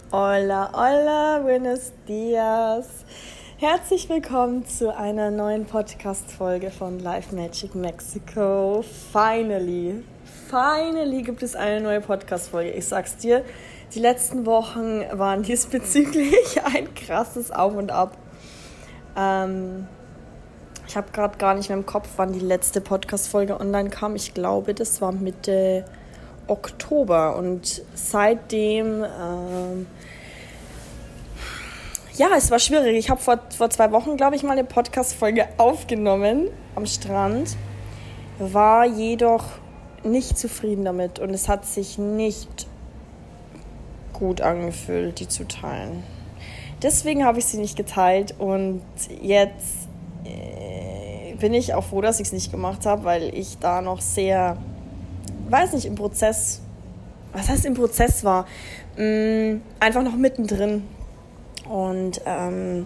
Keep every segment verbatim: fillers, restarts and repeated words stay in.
Hola, hola, buenos dias. Herzlich willkommen zu einer neuen Podcast-Folge von Life Magic Mexico. Finally, finally gibt es eine neue Podcast-Folge. Ich sag's dir, die letzten Wochen waren diesbezüglich ein krasses Auf und Ab. Ähm, ich habe gerade gar nicht mehr im Kopf, wann die letzte Podcast-Folge online kam. Ich glaube, das war Mitte Oktober und seitdem, ähm, ja, es war schwierig. Ich habe vor, vor zwei Wochen, glaube ich, mal eine Podcast-Folge aufgenommen am Strand, war jedoch nicht zufrieden damit und es hat sich nicht gut angefühlt, die zu teilen. Deswegen habe ich sie nicht geteilt und jetzt äh, bin ich auch froh, dass ich es nicht gemacht habe, weil ich da noch sehr, weiß nicht, im Prozess, was heißt im Prozess war, mh, einfach noch mittendrin. Und ähm,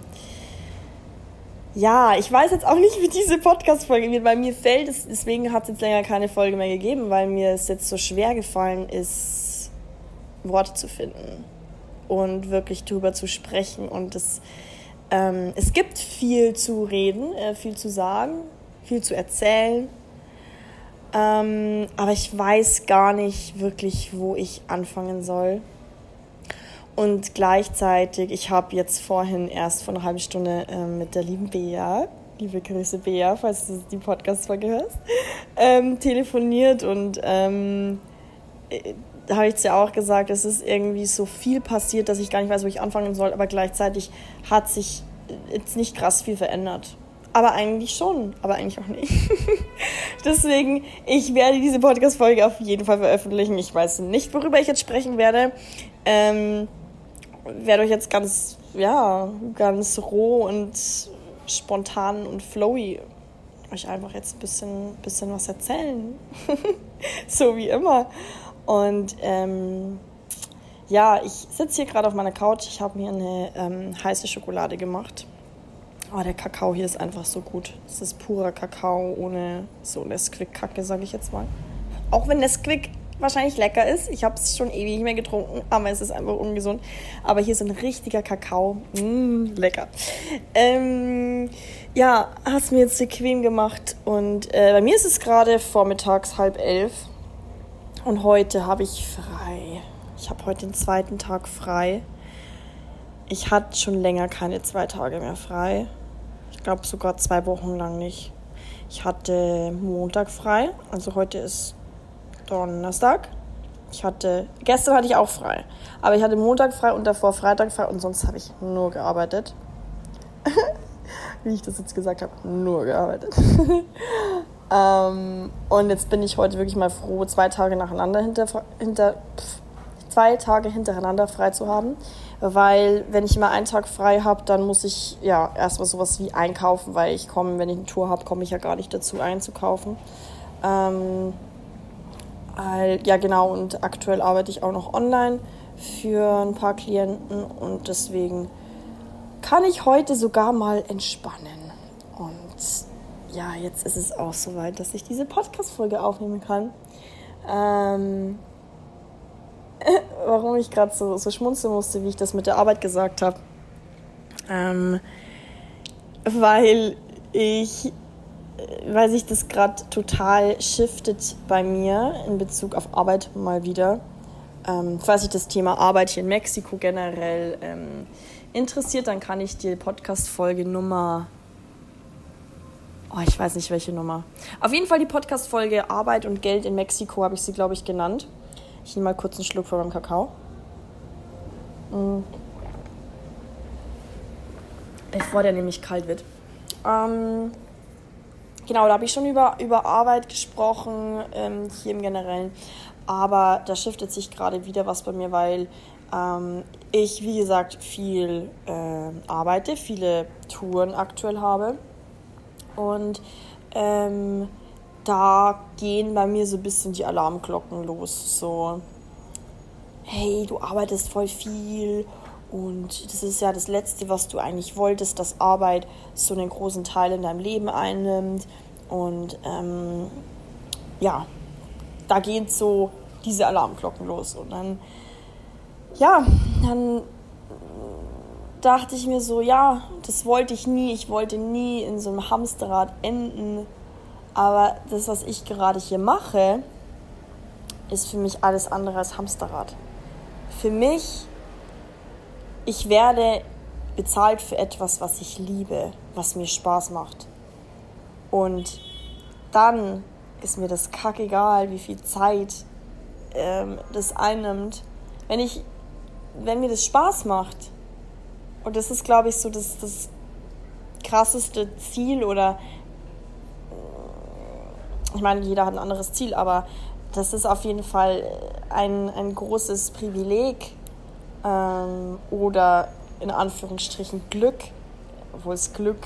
ja, ich weiß jetzt auch nicht, wie diese Podcast-Folge wird, weil mir fällt es, deswegen hat es jetzt länger keine Folge mehr gegeben, weil mir es jetzt so schwer gefallen ist, Worte zu finden und wirklich drüber zu sprechen. Und es, ähm, es gibt viel zu reden, äh, viel zu sagen, viel zu erzählen. Ähm, aber ich weiß gar nicht wirklich, wo ich anfangen soll. Und gleichzeitig, ich habe jetzt vorhin erst vor einer halben Stunde ähm, mit der lieben Bea, liebe Grüße Bea, falls du die Podcast-Folge hörst, ähm, telefoniert. Und ähm, da habe ich es ja auch gesagt, es ist irgendwie so viel passiert, dass ich gar nicht weiß, wo ich anfangen soll. Aber gleichzeitig hat sich jetzt nicht krass viel verändert. Aber eigentlich schon, aber eigentlich auch nicht. Deswegen, ich werde diese Podcast-Folge auf jeden Fall veröffentlichen. Ich weiß nicht, worüber ich jetzt sprechen werde. Ähm, werde euch jetzt ganz, ja, ganz roh und spontan und flowy euch einfach jetzt ein bisschen, bisschen was erzählen. So wie immer. Und ähm, ja, ich sitze hier gerade auf meiner Couch. Ich habe mir eine ähm, heiße Schokolade gemacht. Oh, der Kakao hier ist einfach so gut. Das ist purer Kakao ohne so Nesquik-Kacke, sage ich jetzt mal. Auch wenn Nesquik wahrscheinlich lecker ist. Ich habe es schon ewig nicht mehr getrunken, aber es ist einfach ungesund. Aber hier ist ein richtiger Kakao. Mmh, lecker. Ähm, ja, hat es mir jetzt bequem gemacht. Und äh, bei mir ist es gerade vormittags halb elf. Und heute habe ich frei. Ich habe heute den zweiten Tag frei. Ich hatte schon länger keine zwei Tage mehr frei. Ich glaube sogar zwei Wochen lang nicht. Ich hatte Montag frei, also heute ist Donnerstag. Ich hatte, gestern hatte ich auch frei, aber ich hatte Montag frei und davor Freitag frei und sonst habe ich nur gearbeitet. Wie ich das jetzt gesagt habe, nur gearbeitet. ähm, und jetzt bin ich heute wirklich mal froh, zwei Tage nacheinander hinter, hinter pff, zwei Tage hintereinander frei zu haben. Weil wenn ich immer einen Tag frei habe, dann muss ich ja erstmal sowas wie einkaufen, weil ich komme, wenn ich eine Tour habe, komme ich ja gar nicht dazu einzukaufen. Ähm, ja genau, und aktuell arbeite ich auch noch online für ein paar Klienten und deswegen kann ich heute sogar mal entspannen. Und ja, jetzt ist es auch soweit, dass ich diese Podcast-Folge aufnehmen kann. Ähm... Warum ich gerade so, so schmunzeln musste, wie ich das mit der Arbeit gesagt habe. Ähm, weil ich, weil sich das gerade total shiftet bei mir in Bezug auf Arbeit mal wieder. Ähm, falls sich das Thema Arbeit hier in Mexiko generell ähm, interessiert, dann kann ich die Podcast-Folge Nummer... Oh, ich weiß nicht, welche Nummer. Auf jeden Fall die Podcast-Folge Arbeit und Geld in Mexiko habe ich sie, glaube ich, genannt. Ich nehme mal kurz einen Schluck von meinem Kakao. Mhm. Bevor der nämlich kalt wird. Ähm, genau, da habe ich schon über, über Arbeit gesprochen, ähm, hier im Generellen. Aber da shiftet sich gerade wieder was bei mir, weil ähm, ich, wie gesagt, viel äh, arbeite, viele Touren aktuell habe. Und ähm, da gehen bei mir so ein bisschen die Alarmglocken los. So, hey, du arbeitest voll viel und das ist ja das Letzte, was du eigentlich wolltest, dass Arbeit so einen großen Teil in deinem Leben einnimmt. Und ähm, ja, da gehen so diese Alarmglocken los. Und dann, ja, dann dachte ich mir so, ja, das wollte ich nie. Ich wollte nie in so einem Hamsterrad enden. Aber das, was ich gerade hier mache, ist für mich alles andere als Hamsterrad. Für mich, ich werde bezahlt für etwas, was ich liebe, was mir Spaß macht. Und dann ist mir das kackegal, wie viel Zeit ähm, das einnimmt. Wenn ich, wenn mir das Spaß macht, und das ist, glaube ich, so das, das krasseste Ziel oder, ich meine, jeder hat ein anderes Ziel, aber das ist auf jeden Fall ein, ein großes Privileg ähm, oder in Anführungsstrichen Glück, obwohl es Glück,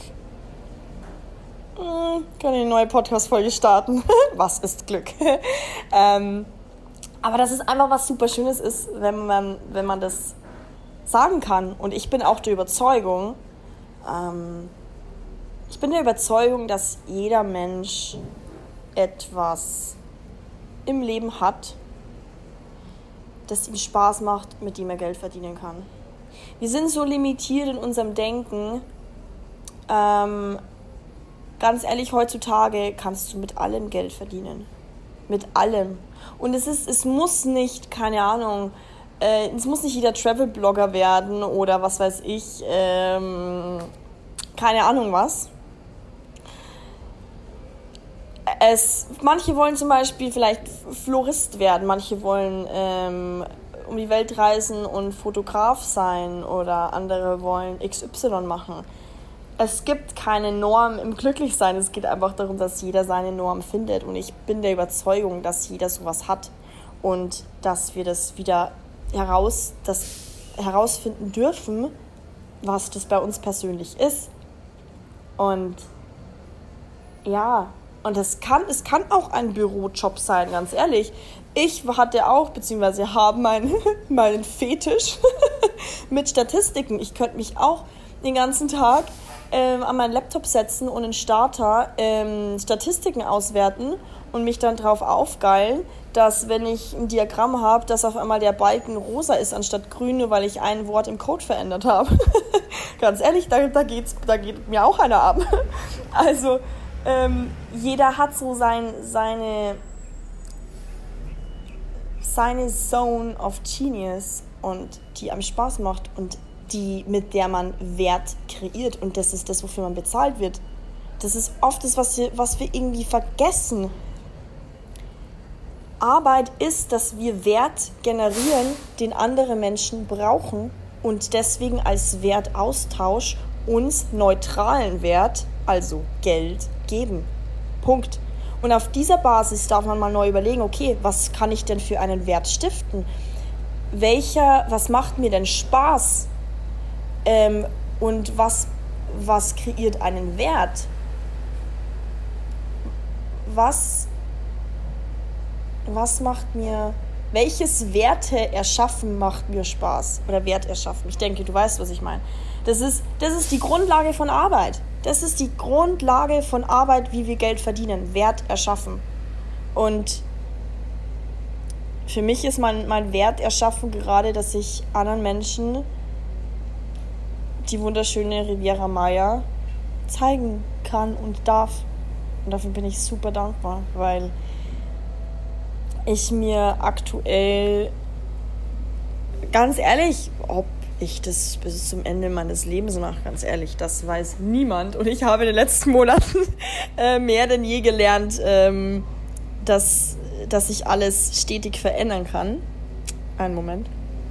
mh, kann ich eine neue Podcast-Folge starten. Was ist Glück? ähm, aber dass es einfach was super Schönes ist, wenn man, wenn man das sagen kann. Und ich bin auch der Überzeugung, ähm, ich bin der Überzeugung, dass jeder Mensch etwas im Leben hat, das ihm Spaß macht, mit dem er Geld verdienen kann. Wir sind so limitiert in unserem Denken. Ähm, ganz ehrlich, heutzutage kannst du mit allem Geld verdienen. Mit allem. Und es ist, es muss nicht, keine Ahnung, äh, es muss nicht jeder Travel-Blogger werden oder was weiß ich, ähm, keine Ahnung was. Es, manche wollen zum Beispiel vielleicht Florist werden, manche wollen ähm, um die Welt reisen und Fotograf sein oder andere wollen X Y machen. Es gibt keine Norm im Glücklichsein, es geht einfach darum, dass jeder seine Norm findet und ich bin der Überzeugung, dass jeder sowas hat und dass wir das wieder heraus, das herausfinden dürfen, was das bei uns persönlich ist. Und ja, und es kann, es kann auch ein Bürojob sein, ganz ehrlich. Ich hatte auch, beziehungsweise habe meinen, meinen Fetisch mit Statistiken. Ich könnte mich auch den ganzen Tag ähm, an meinen Laptop setzen und in Starter ähm, Statistiken auswerten und mich dann drauf aufgeilen, dass wenn ich ein Diagramm habe, dass auf einmal der Balken rosa ist anstatt grün, nur weil ich ein Wort im Code verändert habe. Ganz ehrlich, da, da, geht's, da geht mir auch einer ab. Also ähm, jeder hat so sein, seine, seine Zone of Genius und die einem Spaß macht und die, mit der man Wert kreiert. Und das ist das, wofür man bezahlt wird. Das ist oft das, was wir, was wir irgendwie vergessen. Arbeit ist, dass wir Wert generieren, den andere Menschen brauchen und deswegen als Wertaustausch uns neutralen Wert, also Geld, geben. Punkt. Und auf dieser Basis darf man mal neu überlegen, okay, was kann ich denn für einen Wert stiften? Welcher, was macht mir denn Spaß? Ähm, und was, was kreiert einen Wert? Was, was macht mir, welches Werte erschaffen macht mir Spaß? Oder Wert erschaffen. Ich denke, du weißt, was ich meine. Das ist, das ist die Grundlage von Arbeit. Das ist die Grundlage von Arbeit, wie wir Geld verdienen. Wert erschaffen. Und für mich ist mein, mein Wert erschaffen gerade, dass ich anderen Menschen die wunderschöne Riviera Maya zeigen kann und darf. Und dafür bin ich super dankbar, weil ich mir aktuell, ganz ehrlich, ob ich das bis zum Ende meines Lebens mache, ganz ehrlich, das weiß niemand. Und ich habe in den letzten Monaten äh, mehr denn je gelernt, ähm, dass, dass sich alles stetig verändern kann. Einen Moment.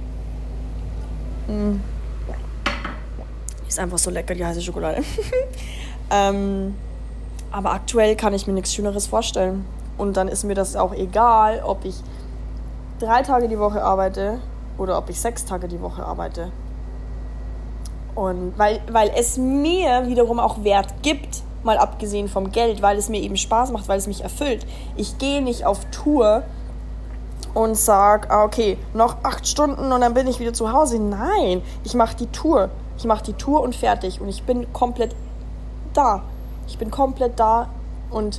Mm. Ist einfach so lecker, die heiße Schokolade. ähm, aber aktuell kann ich mir nichts Schöneres vorstellen. Und dann ist mir das auch egal, ob ich drei Tage die Woche arbeite oder ob ich sechs Tage die Woche arbeite. Und weil, weil es mir wiederum auch Wert gibt, mal abgesehen vom Geld, weil es mir eben Spaß macht, weil es mich erfüllt. Ich gehe nicht auf Tour und sage, ah, okay, noch acht Stunden und dann bin ich wieder zu Hause. Nein, ich mache die Tour. Ich mache die Tour und fertig. Und ich bin komplett da. Ich bin komplett da und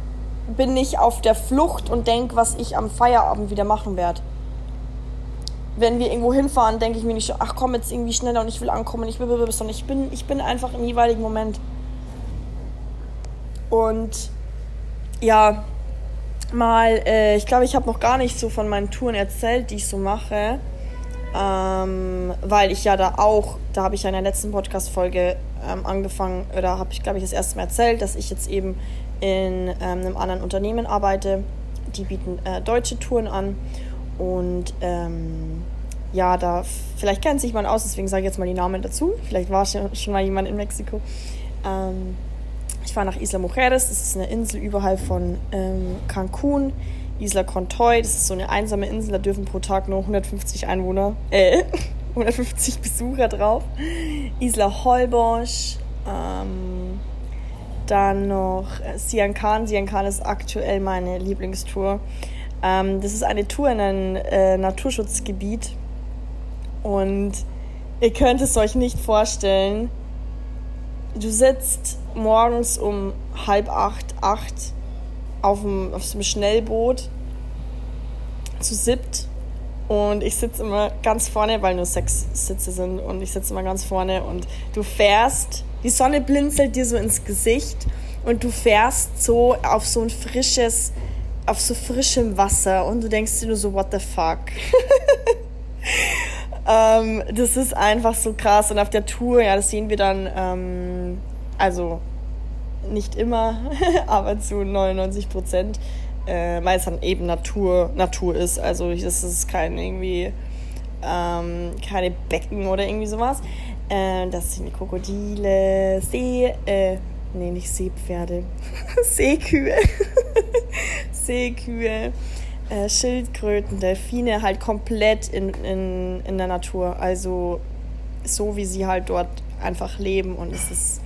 bin nicht auf der Flucht und denke, was ich am Feierabend wieder machen werde. wenn wir irgendwo hinfahren, denke ich mir nicht so, ach komm, jetzt irgendwie schneller und ich will ankommen, ich will, will, will, sondern ich bin, ich bin einfach im jeweiligen Moment. Und ja, mal, äh, ich glaube, ich habe noch gar nicht so von meinen Touren erzählt, die ich so mache, ähm, weil ich ja da auch, da habe ich ja in der letzten Podcast-Folge ähm, angefangen, oder habe ich, glaube ich, das erste Mal erzählt, dass ich jetzt eben in ähm, einem anderen Unternehmen arbeite. Die bieten äh, deutsche Touren an und ähm, ja, da, vielleicht kennt sich jemand aus, deswegen sage ich jetzt mal die Namen dazu. Vielleicht war schon, schon mal jemand in Mexiko. Ähm, ich fahre nach Isla Mujeres, das ist eine Insel überhalb von ähm, Cancun. Isla Contoy, das ist so eine einsame Insel, da dürfen pro Tag nur hundertfünfzig Einwohner, äh, hundertfünfzig Besucher drauf. Isla Holbox, ähm, dann noch Siankan. Siankan ist aktuell meine Lieblingstour. Ähm, das ist eine Tour in ein äh, Naturschutzgebiet. Und ihr könnt es euch nicht vorstellen, du sitzt morgens um halb acht, acht auf, dem, auf so einem Schnellboot zu siebt und ich sitze immer ganz vorne, weil nur sechs Sitze sind und ich sitze immer ganz vorne und du fährst, die Sonne blinzelt dir so ins Gesicht und du fährst so auf so ein frisches, auf so frischem Wasser und du denkst dir nur so, what the fuck? Ähm, das ist einfach so krass und auf der Tour, ja, das sehen wir dann, ähm, also nicht immer, aber zu neunundneunzig Prozent, äh, weil es dann eben Natur, Natur ist, also das ist kein irgendwie, ähm, keine Becken oder irgendwie sowas. Äh, das sind die Krokodile, See, äh, nee, nicht Seepferde, Seekühe, Seekühe. Äh, Schildkröten, Delfine, halt komplett in, in, in der Natur. Also so, wie sie halt dort einfach leben. Und es ist,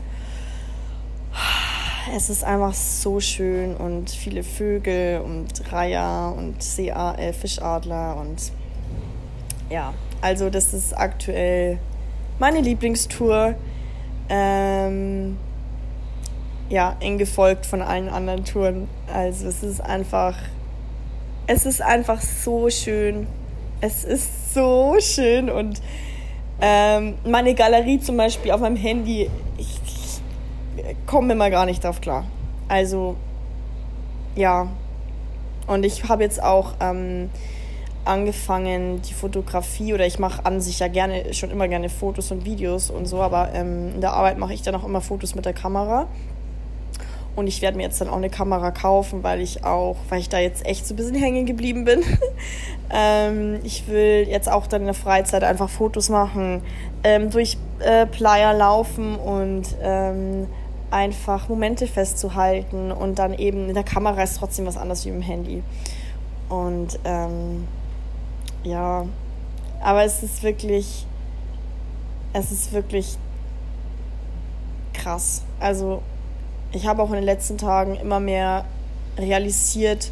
es ist einfach so schön. Und viele Vögel und Reiher und See- äh, Fischadler. Und ja, also das ist aktuell meine Lieblingstour. Ähm, ja, eng gefolgt von allen anderen Touren. Also es ist einfach... Es ist einfach so schön. Es ist so schön. Und ähm, meine Galerie zum Beispiel auf meinem Handy, ich, ich komme immer gar nicht drauf klar. Also, ja. Und ich habe jetzt auch ähm, angefangen, die Fotografie, oder ich mache an sich ja gerne, schon immer gerne Fotos und Videos und so, aber ähm, in der Arbeit mache ich dann auch immer Fotos mit der Kamera. Und ich werde mir jetzt dann auch eine Kamera kaufen, weil ich auch, weil ich da jetzt echt so ein bisschen hängen geblieben bin. ähm, ich will jetzt auch dann in der Freizeit einfach Fotos machen, ähm, durch äh, Playa laufen und ähm, einfach Momente festzuhalten. Und dann eben in der Kamera ist trotzdem was anderes wie im Handy. Und ähm, ja, aber es ist wirklich, es ist wirklich krass. Also ich habe auch in den letzten Tagen immer mehr realisiert,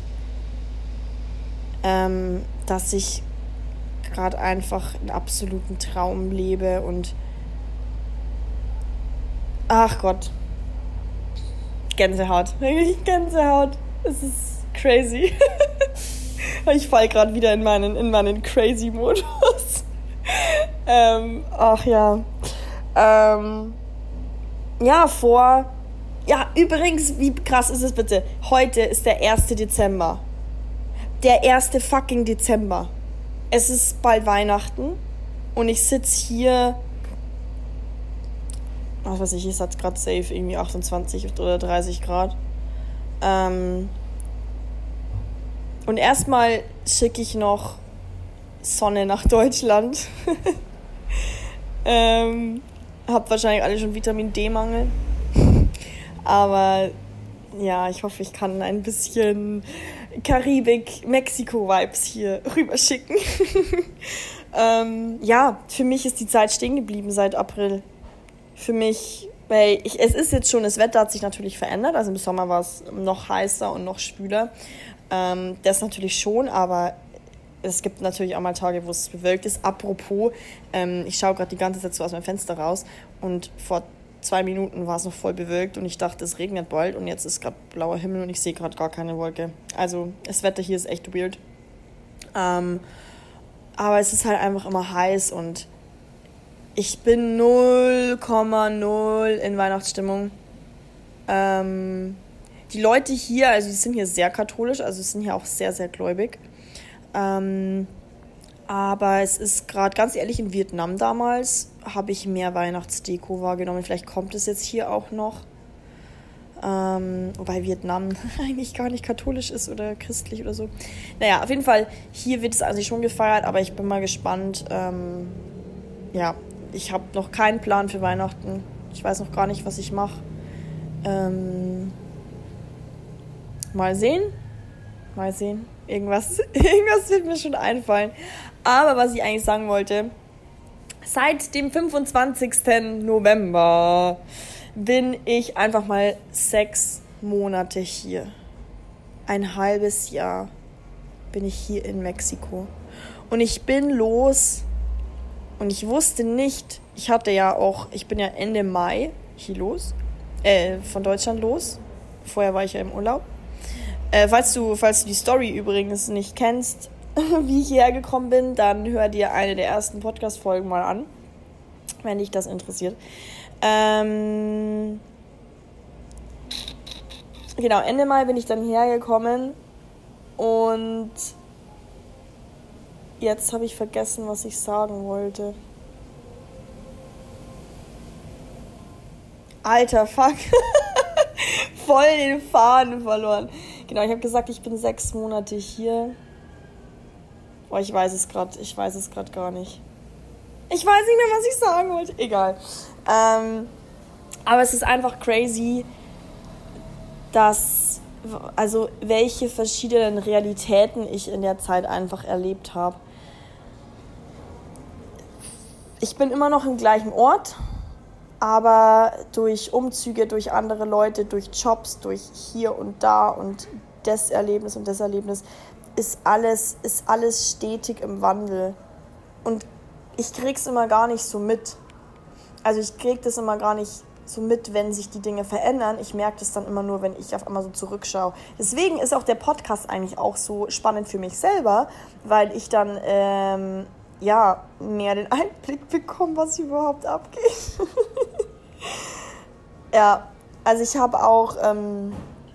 ähm, dass ich gerade einfach einen absoluten Traum lebe und ach Gott, Gänsehaut, wirklich Gänsehaut, es ist crazy. Ich falle gerade wieder in meinen, in meinen Crazy-Modus. ähm, ach ja, ähm, ja, vor... Ja, übrigens, wie krass ist es bitte? Heute ist der erste Dezember. Der erste fucking Dezember. Es ist bald Weihnachten und ich sitze hier, was weiß ich, ich hatte gerade safe irgendwie achtundzwanzig oder dreißig Grad. Ähm, und erstmal schicke ich noch Sonne nach Deutschland. ähm, hab wahrscheinlich alle schon Vitamin D-Mangel. Aber ja, ich hoffe, ich kann ein bisschen Karibik-Mexiko-Vibes hier rüberschicken. ähm, ja, für mich ist die Zeit stehen geblieben seit April. Für mich, weil ich, es ist jetzt schon, das Wetter hat sich natürlich verändert. Also im Sommer war es noch heißer und noch schwüler. Ähm, das natürlich schon, aber es gibt natürlich auch mal Tage, wo es bewölkt ist. Apropos, ähm, ich schaue gerade die ganze Zeit so aus meinem Fenster raus und vor zwei Minuten war es noch voll bewölkt und ich dachte, es regnet bald und jetzt ist gerade blauer Himmel und ich sehe gerade gar keine Wolke. Also das Wetter hier ist echt weird. Ähm, Aber es ist halt einfach immer heiß und ich bin null Komma null in Weihnachtsstimmung. Ähm, die Leute hier, also die sind hier sehr katholisch, also sind hier auch sehr, sehr gläubig. Ähm, aber es ist gerade, ganz ehrlich, in Vietnam damals habe ich mehr Weihnachtsdeko wahrgenommen. Vielleicht kommt es jetzt hier auch noch. Ähm, wobei Vietnam eigentlich gar nicht katholisch ist oder christlich oder so. Naja, auf jeden Fall, hier wird es eigentlich schon gefeiert, aber ich bin mal gespannt. Ähm, ja, ich habe noch keinen Plan für Weihnachten. Ich weiß noch gar nicht, was ich mache. Ähm, mal sehen. Mal sehen. Irgendwas, irgendwas wird mir schon einfallen. Aber was ich eigentlich sagen wollte, seit dem fünfundzwanzigsten November bin ich einfach mal sechs Monate hier. Ein halbes Jahr bin ich hier in Mexiko. Und ich bin los und ich wusste nicht, ich hatte ja auch, ich bin ja Ende Mai hier los, äh, von Deutschland los. Vorher war ich ja im Urlaub. Äh, falls du, falls du die Story übrigens nicht kennst, wie ich hierher gekommen bin, dann hör dir eine der ersten Podcast-Folgen mal an, wenn dich das interessiert. Ähm, genau, Ende Mai bin ich dann hergekommen und jetzt habe ich vergessen, was ich sagen wollte. Alter, fuck. Voll den Faden verloren. Genau, ich habe gesagt, ich bin sechs Monate hier. Oh, ich weiß es gerade, ich weiß es gerade gar nicht. Ich weiß nicht mehr, was ich sagen wollte. Egal. Ähm, aber es ist einfach crazy, dass, also welche verschiedenen Realitäten ich in der Zeit einfach erlebt habe. Ich bin immer noch im gleichen Ort, aber durch Umzüge, durch andere Leute, durch Jobs, durch hier und da und das Erlebnis und das Erlebnis ist alles, ist alles stetig im Wandel. Und ich krieg's immer gar nicht so mit. Also ich krieg das immer gar nicht so mit, wenn sich die Dinge verändern. Ich merke das dann immer nur, wenn ich auf einmal so zurückschaue. Deswegen ist auch der Podcast eigentlich auch so spannend für mich selber, weil ich dann ähm, ja mehr den Einblick bekomme, was überhaupt abgeht. Ja, also ich habe auch... Ähm,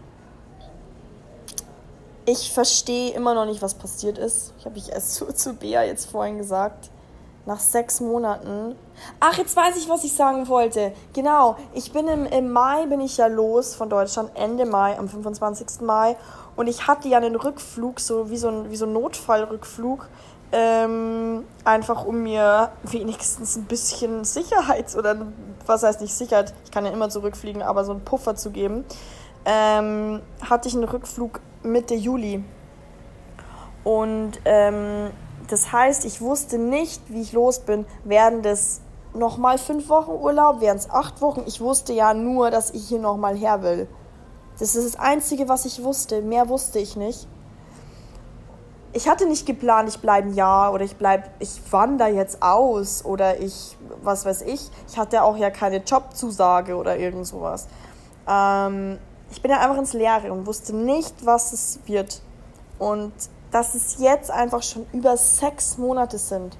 ich verstehe immer noch nicht, was passiert ist. Ich habe ich erst zu, zu Bea jetzt vorhin gesagt. Nach sechs Monaten. Ach, jetzt weiß ich, was ich sagen wollte. Genau, ich bin im, im Mai bin ich ja los von Deutschland, Ende Mai, am fünfundzwanzigsten Mai. Und ich hatte ja einen Rückflug, so wie so ein, wie so ein Notfallrückflug. Ähm, einfach um mir wenigstens ein bisschen Sicherheit, oder was heißt nicht Sicherheit, ich kann ja immer zurückfliegen, aber so einen Puffer zu geben. Ähm, hatte ich einen Rückflug Mitte Juli. Und ähm, das heißt, ich wusste nicht, wie ich los bin. Werden das nochmal fünf Wochen Urlaub? Wären es acht Wochen? Ich wusste ja nur, dass ich hier nochmal her will. Das ist das Einzige, was ich wusste. Mehr wusste ich nicht. Ich hatte nicht geplant, ich bleibe ein Jahr oder ich bleib, ich wandere jetzt aus oder ich, was weiß ich. Ich hatte auch ja keine Jobzusage oder irgend sowas. Ähm, ich bin ja einfach ins Leere und wusste nicht, was es wird. Und dass es jetzt einfach schon über sechs Monate sind,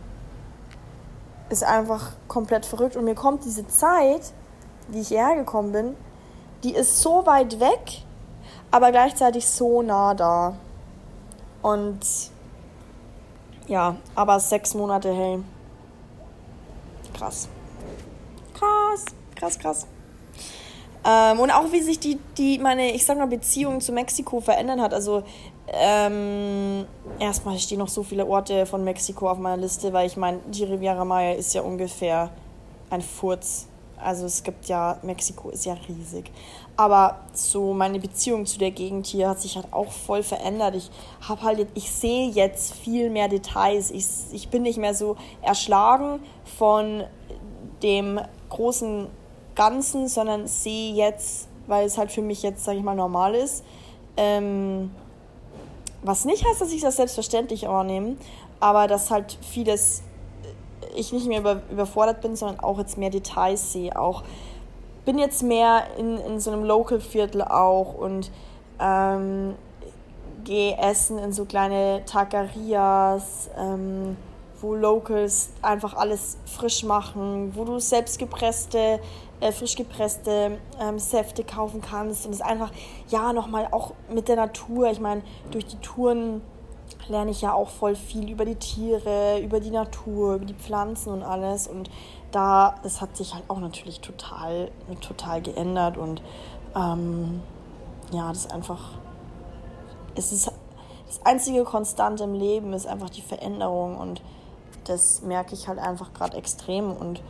ist einfach komplett verrückt. Und mir kommt diese Zeit, wie ich hierher gekommen bin, die ist so weit weg, aber gleichzeitig so nah da. Und ja, aber sechs Monate, hey, krass. Krass, krass, krass. Ähm, und auch wie sich die, die meine, ich sag mal, Beziehung zu Mexiko verändert hat. Also ähm, erstmal stehen noch so viele Orte von Mexiko auf meiner Liste, weil ich meine, die Riviera Maya ist ja ungefähr ein Furz. Also es gibt ja, Mexiko ist ja riesig. Aber so meine Beziehung zu der Gegend hier hat sich halt auch voll verändert. Ich habe halt, ich sehe jetzt viel mehr Details. Ich, ich bin nicht mehr so erschlagen von dem großen Ganzen, sondern sehe jetzt, weil es halt für mich jetzt, sage ich mal, normal ist. Ähm, was nicht heißt, dass ich das selbstverständlich wahrnehme, aber dass halt vieles ich nicht mehr über, überfordert bin, sondern auch jetzt mehr Details sehe. Auch bin jetzt mehr in, in so einem Local-Viertel auch und ähm, geh essen in so kleine Taquerias, ähm, wo Locals einfach alles frisch machen, wo du selbstgepresste, äh, frisch gepresste ähm, Säfte kaufen kannst und es einfach, ja, nochmal auch mit der Natur, ich meine, durch die Touren lerne ich ja auch voll viel über die Tiere, über die Natur, über die Pflanzen und alles und da, das hat sich halt auch natürlich total, total geändert und ähm, ja, das ist einfach, es ist das einzige Konstante im Leben ist einfach die Veränderung und das merke ich halt einfach gerade extrem und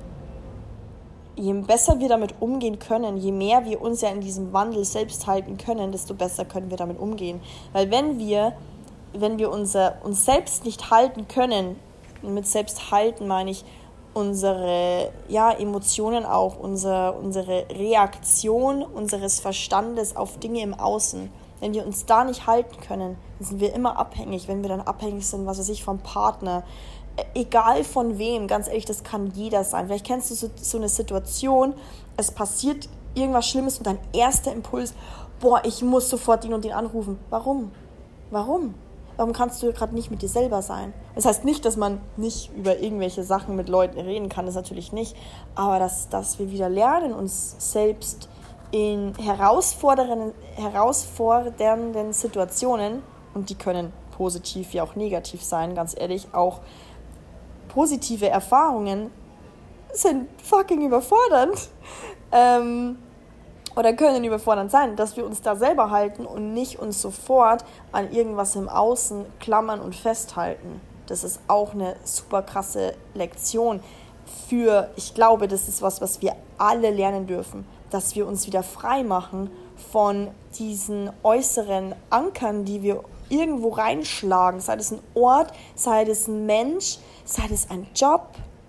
je besser wir damit umgehen können, je mehr wir uns ja in diesem Wandel selbst halten können, desto besser können wir damit umgehen. Weil wenn wir, wenn wir unser, uns selbst nicht halten können, und mit selbst halten meine ich unsere ja, Emotionen auch, unser, unsere Reaktion unseres Verstandes auf Dinge im Außen, wenn wir uns da nicht halten können, dann sind wir immer abhängig, wenn wir dann abhängig sind, was weiß ich, vom Partner, egal von wem, ganz ehrlich, das kann jeder sein. Vielleicht kennst du so, so eine Situation, es passiert irgendwas Schlimmes und dein erster Impuls, boah, ich muss sofort den und den anrufen. Warum? Warum? Warum kannst du gerade nicht mit dir selber sein? Das heißt nicht, dass man nicht über irgendwelche Sachen mit Leuten reden kann, das natürlich nicht, aber dass, dass wir wieder lernen, uns selbst in herausfordernden, herausfordernden Situationen, und die können positiv wie auch negativ sein, ganz ehrlich, auch positive Erfahrungen sind fucking überfordernd ähm, oder können überfordernd sein, dass wir uns da selber halten und nicht uns sofort an irgendwas im Außen klammern und festhalten. Das ist auch eine super krasse Lektion für, ich glaube, das ist was, was wir alle lernen dürfen, dass wir uns wieder frei machen von diesen äußeren Ankern, die wir irgendwo reinschlagen, sei es ein Ort, sei es ein Mensch, sei es ein Job,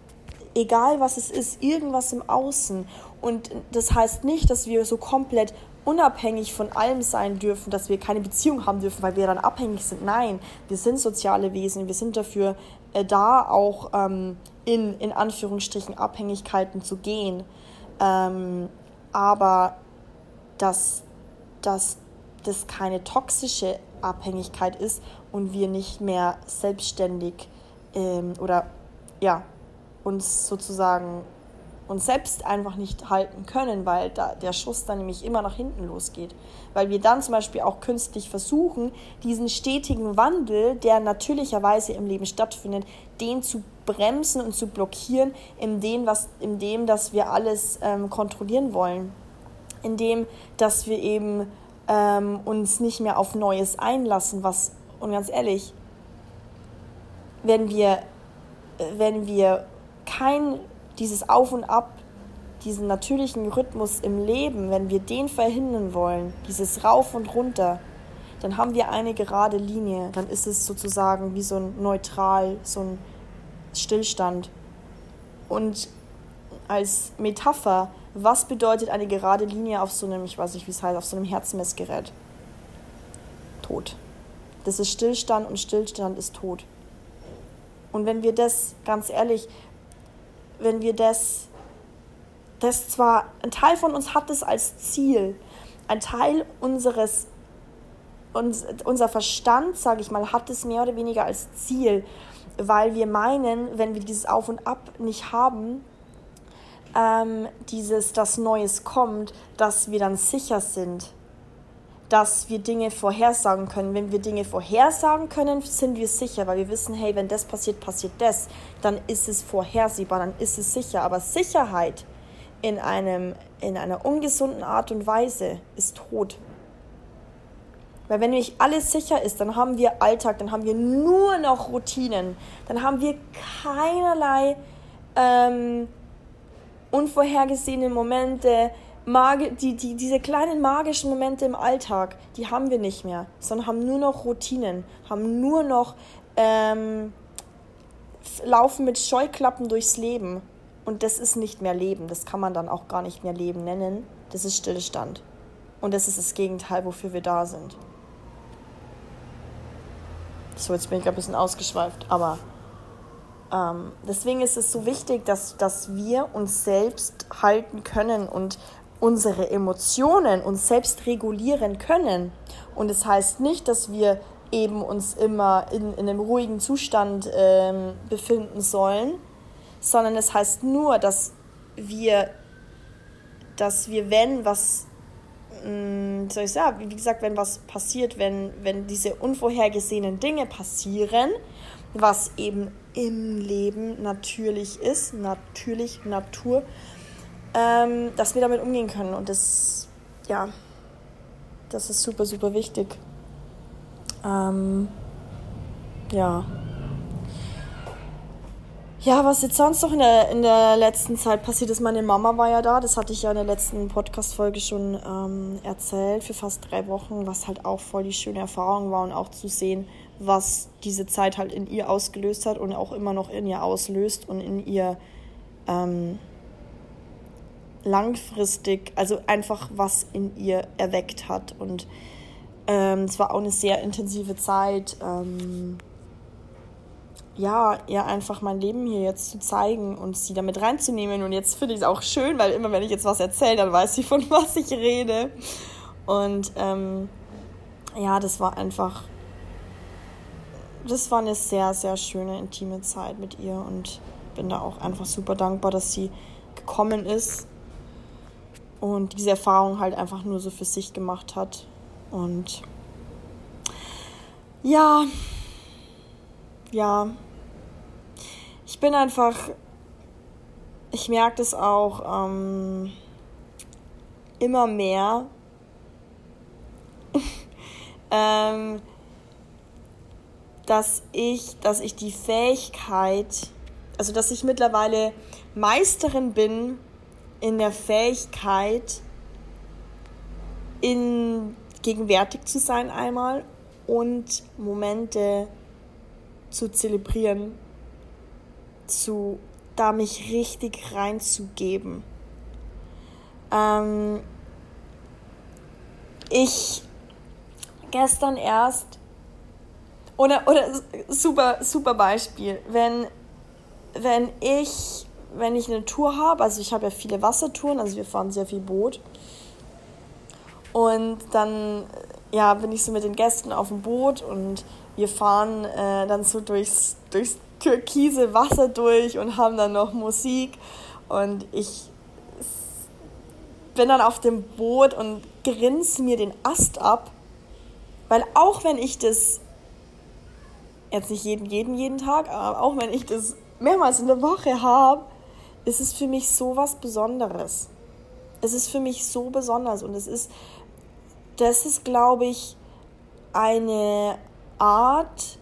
egal was es ist, irgendwas im Außen. Und das heißt nicht, dass wir so komplett unabhängig von allem sein dürfen, dass wir keine Beziehung haben dürfen, weil wir dann abhängig sind. Nein, wir sind soziale Wesen, wir sind dafür äh, da, auch ähm, in, in Anführungsstrichen Abhängigkeiten zu gehen. Ähm, aber dass, dass das keine toxische Abhängigkeit ist und wir nicht mehr selbstständig ähm, oder ja, uns sozusagen uns selbst einfach nicht halten können, weil da der Schuss dann nämlich immer nach hinten losgeht. Weil wir dann zum Beispiel auch künstlich versuchen, diesen stetigen Wandel, der natürlicherweise im Leben stattfindet, den zu bremsen und zu blockieren, indem, was, indem dass wir alles ähm, kontrollieren wollen. Indem, dass wir eben ähm, uns nicht mehr auf Neues einlassen, was, und ganz ehrlich, wenn wir, wenn wir kein dieses Auf und Ab, diesen natürlichen Rhythmus im Leben, wenn wir den verhindern wollen, dieses Rauf und Runter, dann haben wir eine gerade Linie. Dann ist es sozusagen wie so ein Neutral, so ein Stillstand. Und als Metapher, was bedeutet eine gerade Linie auf so einem, ich weiß nicht, wie es heißt, auf so einem Herzmessgerät? Tod. Das ist Stillstand und Stillstand ist Tod. Und wenn wir das, ganz ehrlich, wenn wir das, das zwar, ein Teil von uns hat es als Ziel, ein Teil unseres, uns, unser Verstand, sage ich mal, hat es mehr oder weniger als Ziel, weil wir meinen, wenn wir dieses Auf und Ab nicht haben, ähm, dieses, dass Neues kommt, dass wir dann sicher sind, dass wir Dinge vorhersagen können. Wenn wir Dinge vorhersagen können, sind wir sicher, weil wir wissen, hey, wenn das passiert, passiert das, dann ist es vorhersehbar, dann ist es sicher. Aber Sicherheit in, einem, in einer ungesunden Art und Weise ist tot. Weil wenn nämlich alles sicher ist, dann haben wir Alltag, dann haben wir nur noch Routinen, dann haben wir keinerlei ähm, unvorhergesehene Momente, Magi- die, die, diese kleinen magischen Momente im Alltag, die haben wir nicht mehr, sondern haben nur noch Routinen, haben nur noch ähm, laufen mit Scheuklappen durchs Leben. Und das ist nicht mehr Leben, das kann man dann auch gar nicht mehr Leben nennen, das ist Stillstand. Und das ist das Gegenteil, wofür wir da sind. So, jetzt bin ich gerade ein bisschen ausgeschweift, aber ähm, deswegen ist es so wichtig, dass, dass wir uns selbst halten können und unsere Emotionen uns selbst regulieren können. Und das heißt nicht, dass wir eben uns immer in, in einem ruhigen Zustand ähm, befinden sollen, sondern es heißt nur, dass wir, dass wir, wenn was, mh, soll ich sagen, wie gesagt, wenn was passiert, wenn, wenn diese unvorhergesehenen Dinge passieren, was eben im Leben natürlich ist, natürlich Natur, ähm, dass wir damit umgehen können. Und das, ja, das ist super, super wichtig. Ähm, ja. Ja, was jetzt sonst noch in der, in der letzten Zeit passiert ist, meine Mama war ja da, das hatte ich ja in der letzten Podcast-Folge schon ähm, erzählt, für fast drei Wochen, was halt auch voll die schöne Erfahrung war und auch zu sehen, was diese Zeit halt in ihr ausgelöst hat und auch immer noch in ihr auslöst und in ihr ähm, langfristig, also einfach was in ihr erweckt hat. Und ähm, es war auch eine sehr intensive Zeit, ähm, ja, ihr einfach mein Leben hier jetzt zu zeigen und sie damit reinzunehmen. Und jetzt finde ich es auch schön, weil immer, wenn ich jetzt was erzähle, dann weiß sie, von was ich rede. Und ähm, ja, das war einfach, das war eine sehr, sehr schöne, intime Zeit mit ihr. Und bin da auch einfach super dankbar, dass sie gekommen ist und diese Erfahrung halt einfach nur so für sich gemacht hat. Und ja, ja, ich bin einfach, ich merke das auch ähm, immer mehr, ähm, dass ich, dass ich die Fähigkeit, also dass ich mittlerweile Meisterin bin in der Fähigkeit, in gegenwärtig zu sein einmal und Momente zu zelebrieren, zu da mich richtig reinzugeben. Ähm, ich gestern erst oder oder super super Beispiel, wenn wenn ich wenn ich eine Tour habe, also ich habe ja viele Wassertouren, also wir fahren sehr viel Boot und dann ja bin ich so mit den Gästen auf dem Boot und wir fahren äh, dann so durchs durchs türkise Wasser durch und haben dann noch Musik und ich bin dann auf dem Boot und grinse mir den Ast ab, weil auch wenn ich das, jetzt nicht jeden, jeden, jeden Tag, aber auch wenn ich das mehrmals in der Woche habe, ist es für mich so was Besonderes. Es ist für mich so besonders und es ist, das ist, glaube ich, eine Art,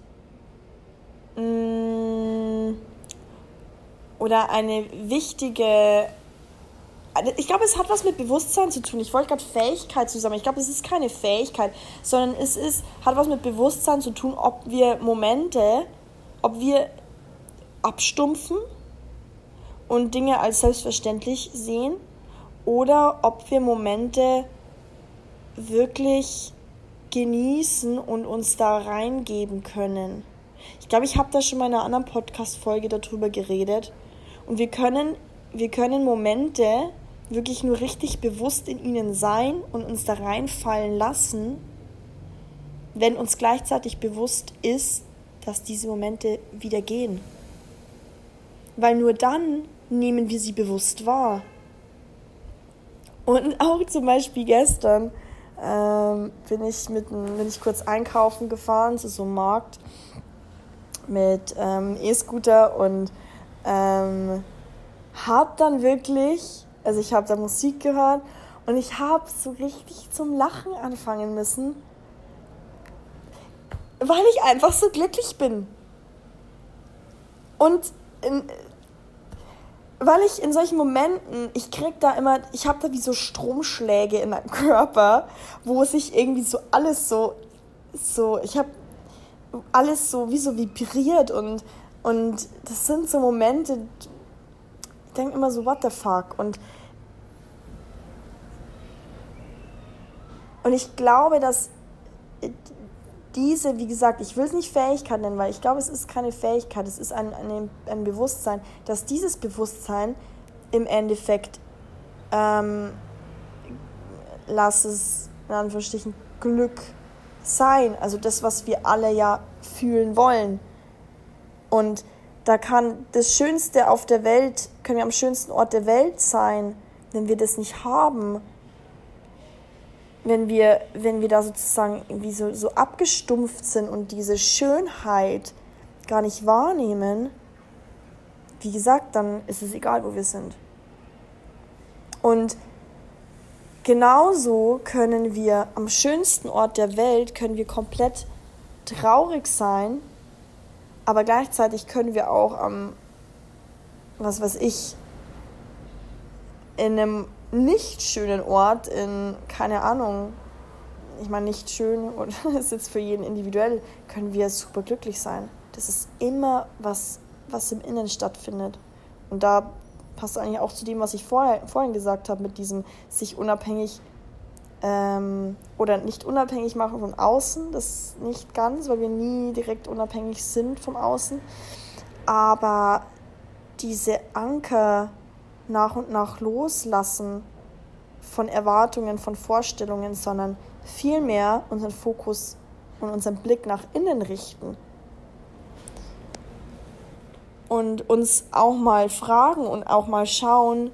oder eine wichtige, ich glaube, es hat was mit Bewusstsein zu tun. Ich wollte gerade Fähigkeit zusammen. Ich glaube, es ist keine Fähigkeit, sondern es ist, hat was mit Bewusstsein zu tun, ob wir Momente, ob wir abstumpfen und Dinge als selbstverständlich sehen oder ob wir Momente wirklich genießen und uns da reingeben können. Ich glaube, ich habe da schon mal in einer anderen Podcast-Folge darüber geredet. Und wir können, wir können Momente wirklich nur richtig bewusst in ihnen sein und uns da reinfallen lassen, wenn uns gleichzeitig bewusst ist, dass diese Momente wieder gehen. Weil nur dann nehmen wir sie bewusst wahr. Und auch zum Beispiel gestern ähm, bin ich mit, bin ich kurz einkaufen gefahren zu so einem Markt mit ähm, E-Scooter und ähm, habe dann wirklich, also ich habe da Musik gehört und ich habe so richtig zum Lachen anfangen müssen, weil ich einfach so glücklich bin. Und in, weil ich in solchen Momenten, ich krieg da immer, ich habe da wie so Stromschläge in meinem Körper, wo sich irgendwie so alles so, so, ich habe alles so wie so vibriert und, und das sind so Momente, ich denke immer so, what the fuck? Und, und ich glaube, dass diese, wie gesagt, ich will es nicht Fähigkeit nennen, weil ich glaube, es ist keine Fähigkeit, es ist ein, ein, ein Bewusstsein, dass dieses Bewusstsein im Endeffekt ähm, lass es in Anführungsstrichen Glück sein. Also das, was wir alle ja fühlen wollen. Und da kann das Schönste auf der Welt, können wir am schönsten Ort der Welt sein, wenn wir das nicht haben. Wenn wir, wenn wir da sozusagen irgendwie so, so abgestumpft sind und diese Schönheit gar nicht wahrnehmen, wie gesagt, dann ist es egal, wo wir sind. Und genauso können wir am schönsten Ort der Welt, können wir komplett traurig sein, aber gleichzeitig können wir auch am, was weiß ich, in einem nicht schönen Ort, in, keine Ahnung, ich meine nicht schön, und das ist jetzt für jeden individuell, können wir super glücklich sein. Das ist immer was, was im Innen stattfindet. Und da passt eigentlich auch zu dem, was ich vorher, vorhin gesagt habe, mit diesem sich unabhängig ähm, oder nicht unabhängig machen von außen. Das ist nicht ganz, weil wir nie direkt unabhängig sind vom Außen. Aber diese Anker nach und nach loslassen von Erwartungen, von Vorstellungen, sondern vielmehr unseren Fokus und unseren Blick nach innen richten. Und uns auch mal fragen und auch mal schauen,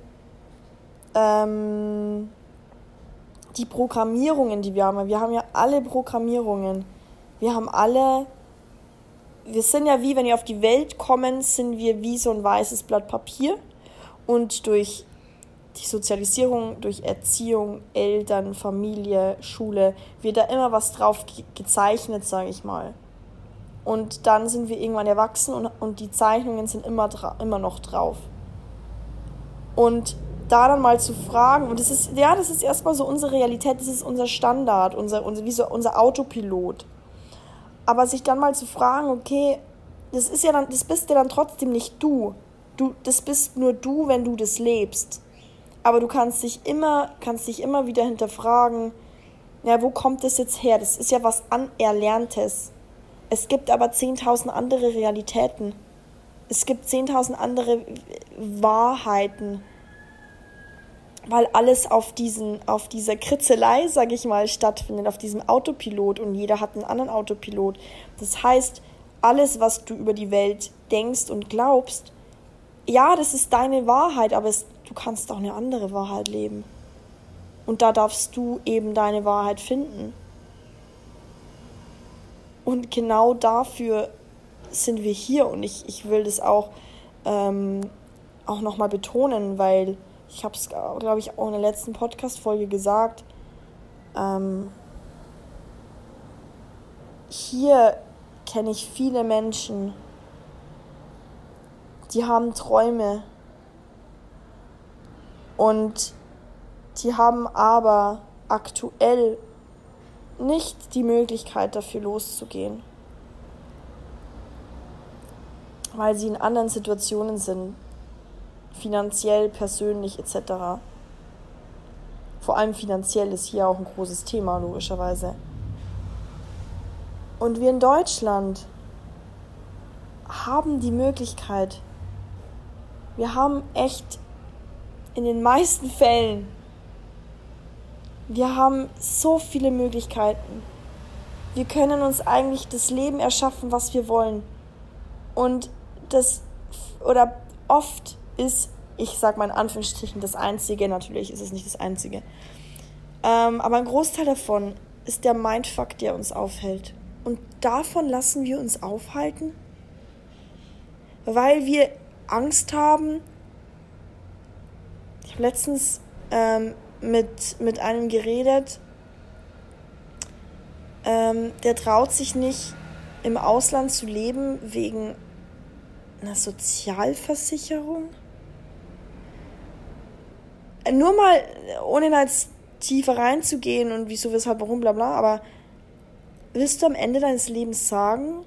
ähm, die Programmierungen, die wir haben. Wir haben ja alle Programmierungen. Wir haben alle, wir sind ja wie, wenn wir auf die Welt kommen, sind wir wie so ein weißes Blatt Papier. Und durch die Sozialisierung, durch Erziehung, Eltern, Familie, Schule, wird da immer was drauf ge- gezeichnet, sage ich mal. Und dann sind wir irgendwann erwachsen und, und die Zeichnungen sind immer, dra- immer noch drauf. Und da dann mal zu fragen, und das ist, ja, das ist erstmal so unsere Realität, das ist unser Standard, unser, unser, wie so unser Autopilot. Aber sich dann mal zu fragen, okay, das ist ja dann, das bist ja dann trotzdem nicht du. Du, das bist nur du, wenn du das lebst. Aber du kannst dich immer, kannst dich immer wieder hinterfragen, ja, wo kommt das jetzt her? Das ist ja was Anerlerntes. Es gibt aber zehntausend andere Realitäten. Es gibt zehntausend andere Wahrheiten. Weil alles auf diesen, auf dieser Kritzelei, sag ich mal, stattfindet, auf diesem Autopilot, und jeder hat einen anderen Autopilot. Das heißt, alles, was du über die Welt denkst und glaubst, ja, das ist deine Wahrheit, aber es, du kannst auch eine andere Wahrheit leben. Und da darfst du eben deine Wahrheit finden. Und genau dafür sind wir hier. Und ich, ich will das auch, ähm, auch nochmal betonen, weil ich habe es, glaube ich, auch in der letzten Podcast-Folge gesagt. Ähm, hier kenne ich viele Menschen, die haben Träume und die haben aber aktuell nicht die Möglichkeit dafür loszugehen, weil sie in anderen Situationen sind, finanziell, persönlich et cetera. Vor allem finanziell ist hier auch ein großes Thema, logischerweise. Und wir in Deutschland haben die Möglichkeit, wir haben echt in den meisten Fällen, wir haben so viele Möglichkeiten. Wir können uns eigentlich das Leben erschaffen, was wir wollen. Und das, oder oft ist, ich sag mal in Anführungsstrichen, das Einzige, natürlich ist es nicht das Einzige, ähm, aber ein Großteil davon ist der Mindfuck, der uns aufhält. Und davon lassen wir uns aufhalten, weil wir Angst haben. Ich habe letztens ähm, mit, mit einem geredet, ähm, der traut sich nicht, im Ausland zu leben wegen einer Sozialversicherung. Nur mal, ohne da jetzt tiefer reinzugehen und wieso, weshalb, warum, bla bla, aber wirst du am Ende deines Lebens sagen,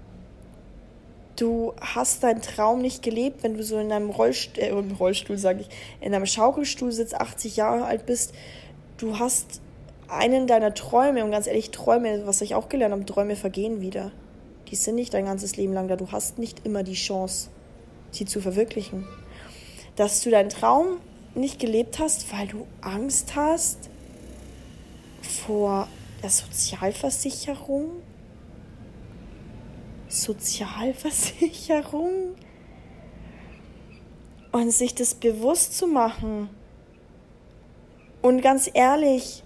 du hast deinen Traum nicht gelebt, wenn du so in einem Rollstuhl, äh, im Rollstuhl sage ich, in einem Schaukelstuhl sitzt, achtzig Jahre alt bist, du hast einen deiner Träume, und ganz ehrlich, Träume, was ich auch gelernt habe, Träume vergehen wieder. Die sind nicht dein ganzes Leben lang da, du hast nicht immer die Chance, sie zu verwirklichen. Dass du deinen Traum nicht gelebt hast, weil du Angst hast, vor der Sozialversicherung. Sozialversicherung? Und sich das bewusst zu machen. Und ganz ehrlich,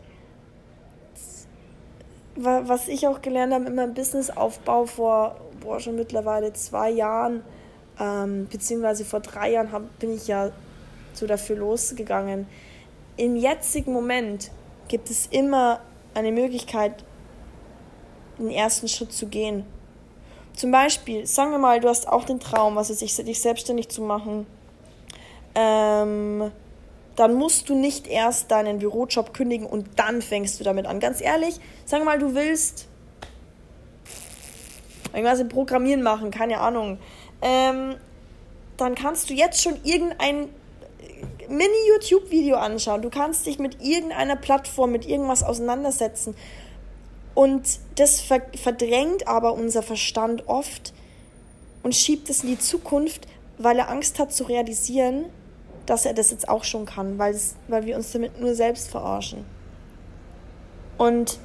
was ich auch gelernt habe in meinem Businessaufbau vor boah, schon mittlerweile zwei Jahren, ähm, beziehungsweise vor drei Jahren hab, bin ich ja so dafür losgegangen. Im jetzigen Moment gibt es immer eine Möglichkeit, den ersten Schritt zu gehen. Zum Beispiel, sagen wir mal, du hast auch den Traum, was weiß ich, dich selbstständig zu machen. Ähm, dann musst du nicht erst deinen Bürojob kündigen und dann fängst du damit an. Ganz ehrlich, sagen wir mal, du willst irgendwas im Programmieren machen, keine Ahnung. Ähm, dann kannst du jetzt schon irgendein Mini-YouTube-Video anschauen. Du kannst dich mit irgendeiner Plattform, mit irgendwas auseinandersetzen. Und das verdrängt aber unser Verstand oft und schiebt es in die Zukunft, weil er Angst hat zu realisieren, dass er das jetzt auch schon kann, weil, es, weil wir uns damit nur selbst verarschen. Und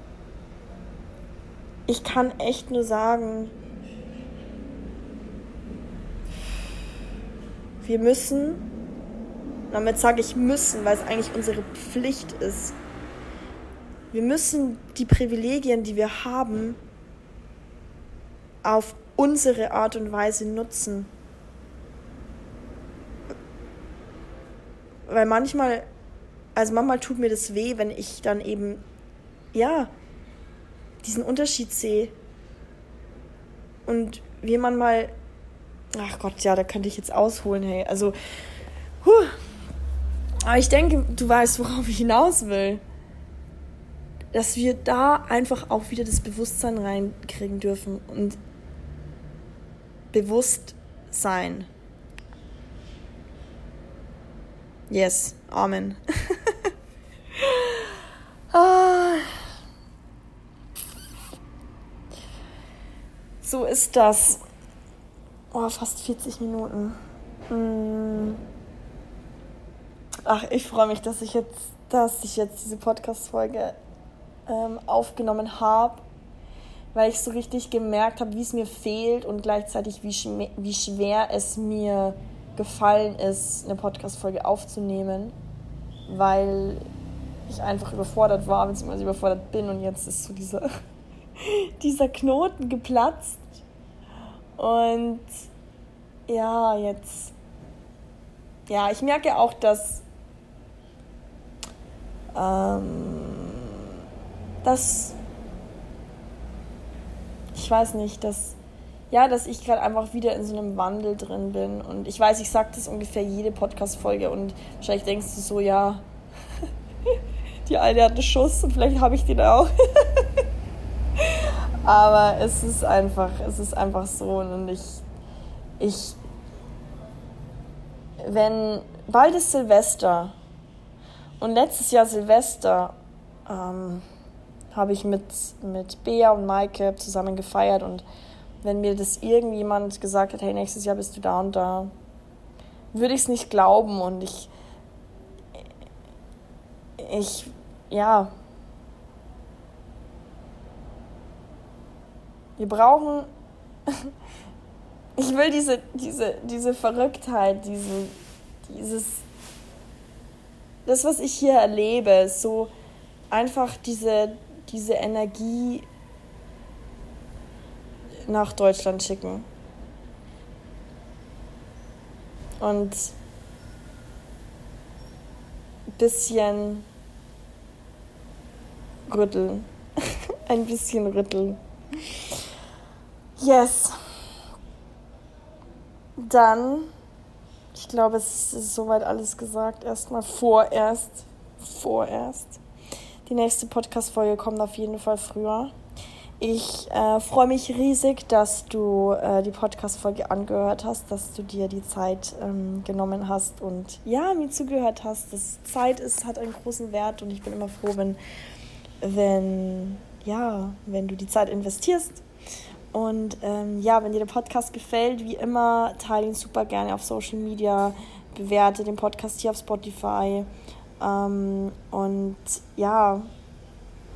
ich kann echt nur sagen, wir müssen, damit sage ich müssen, weil es eigentlich unsere Pflicht ist, wir müssen die Privilegien, die wir haben, auf unsere Art und Weise nutzen. Weil manchmal, also manchmal tut mir das weh, wenn ich dann eben, ja, diesen Unterschied sehe. Und wie man mal, ach Gott, ja, da könnte ich jetzt ausholen, hey. Also, huh. Aber ich denke, du weißt, worauf ich hinaus will. Dass wir da einfach auch wieder das Bewusstsein reinkriegen dürfen und bewusst sein. Yes, Amen. ah. So ist das. Oh, fast vierzig Minuten. Hm. Ach, ich freue mich, dass ich jetzt, dass ich jetzt diese Podcast-Folge ähm, aufgenommen habe, weil ich so richtig gemerkt habe, wie es mir fehlt und gleichzeitig wie, schm- wie schwer es mir gefallen ist, eine Podcast-Folge aufzunehmen, weil ich einfach überfordert war, beziehungsweise überfordert bin und jetzt ist so dieser, dieser Knoten geplatzt und ja, jetzt ja, ich merke auch, dass ähm, dass ich weiß nicht, dass ja, dass ich gerade einfach wieder in so einem Wandel drin bin und ich weiß, ich sage das ungefähr jede Podcast-Folge und wahrscheinlich denkst du so, ja, die eine hat einen Schuss und vielleicht habe ich den auch. Aber es ist einfach, es ist einfach so und ich, ich, wenn, bald ist Silvester und letztes Jahr Silvester ähm, habe ich mit, mit Bea und Maike zusammen gefeiert und wenn mir das irgendjemand gesagt hat, hey, nächstes Jahr bist du da und da, würde ich es nicht glauben und ich, ich, ja, wir brauchen, ich will diese, diese, diese Verrücktheit, diese, dieses, das, was ich hier erlebe, so einfach diese, diese Energie nach Deutschland schicken. Und ein bisschen rütteln. ein bisschen rütteln. Yes. Dann, ich glaube, es ist soweit alles gesagt. Erstmal vorerst. Vorerst. Die nächste Podcast-Folge kommt auf jeden Fall früher. Ich äh, freue mich riesig, dass du äh, die Podcast-Folge angehört hast, dass du dir die Zeit ähm, genommen hast und ja, mir zugehört hast. Das Zeit ist, hat einen großen Wert und ich bin immer froh, wenn, wenn, ja, wenn du die Zeit investierst. Und ähm, ja, wenn dir der Podcast gefällt, wie immer, teile ihn super gerne auf Social Media, bewerte den Podcast hier auf Spotify. Ähm, und ja,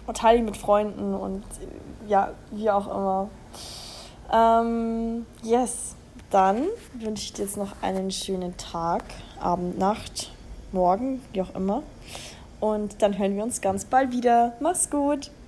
teile ihn mit Freunden und ja, wie auch immer. Ähm, yes, dann wünsche ich dir jetzt noch einen schönen Tag, Abend, Nacht, Morgen, wie auch immer. Und dann hören wir uns ganz bald wieder. Mach's gut!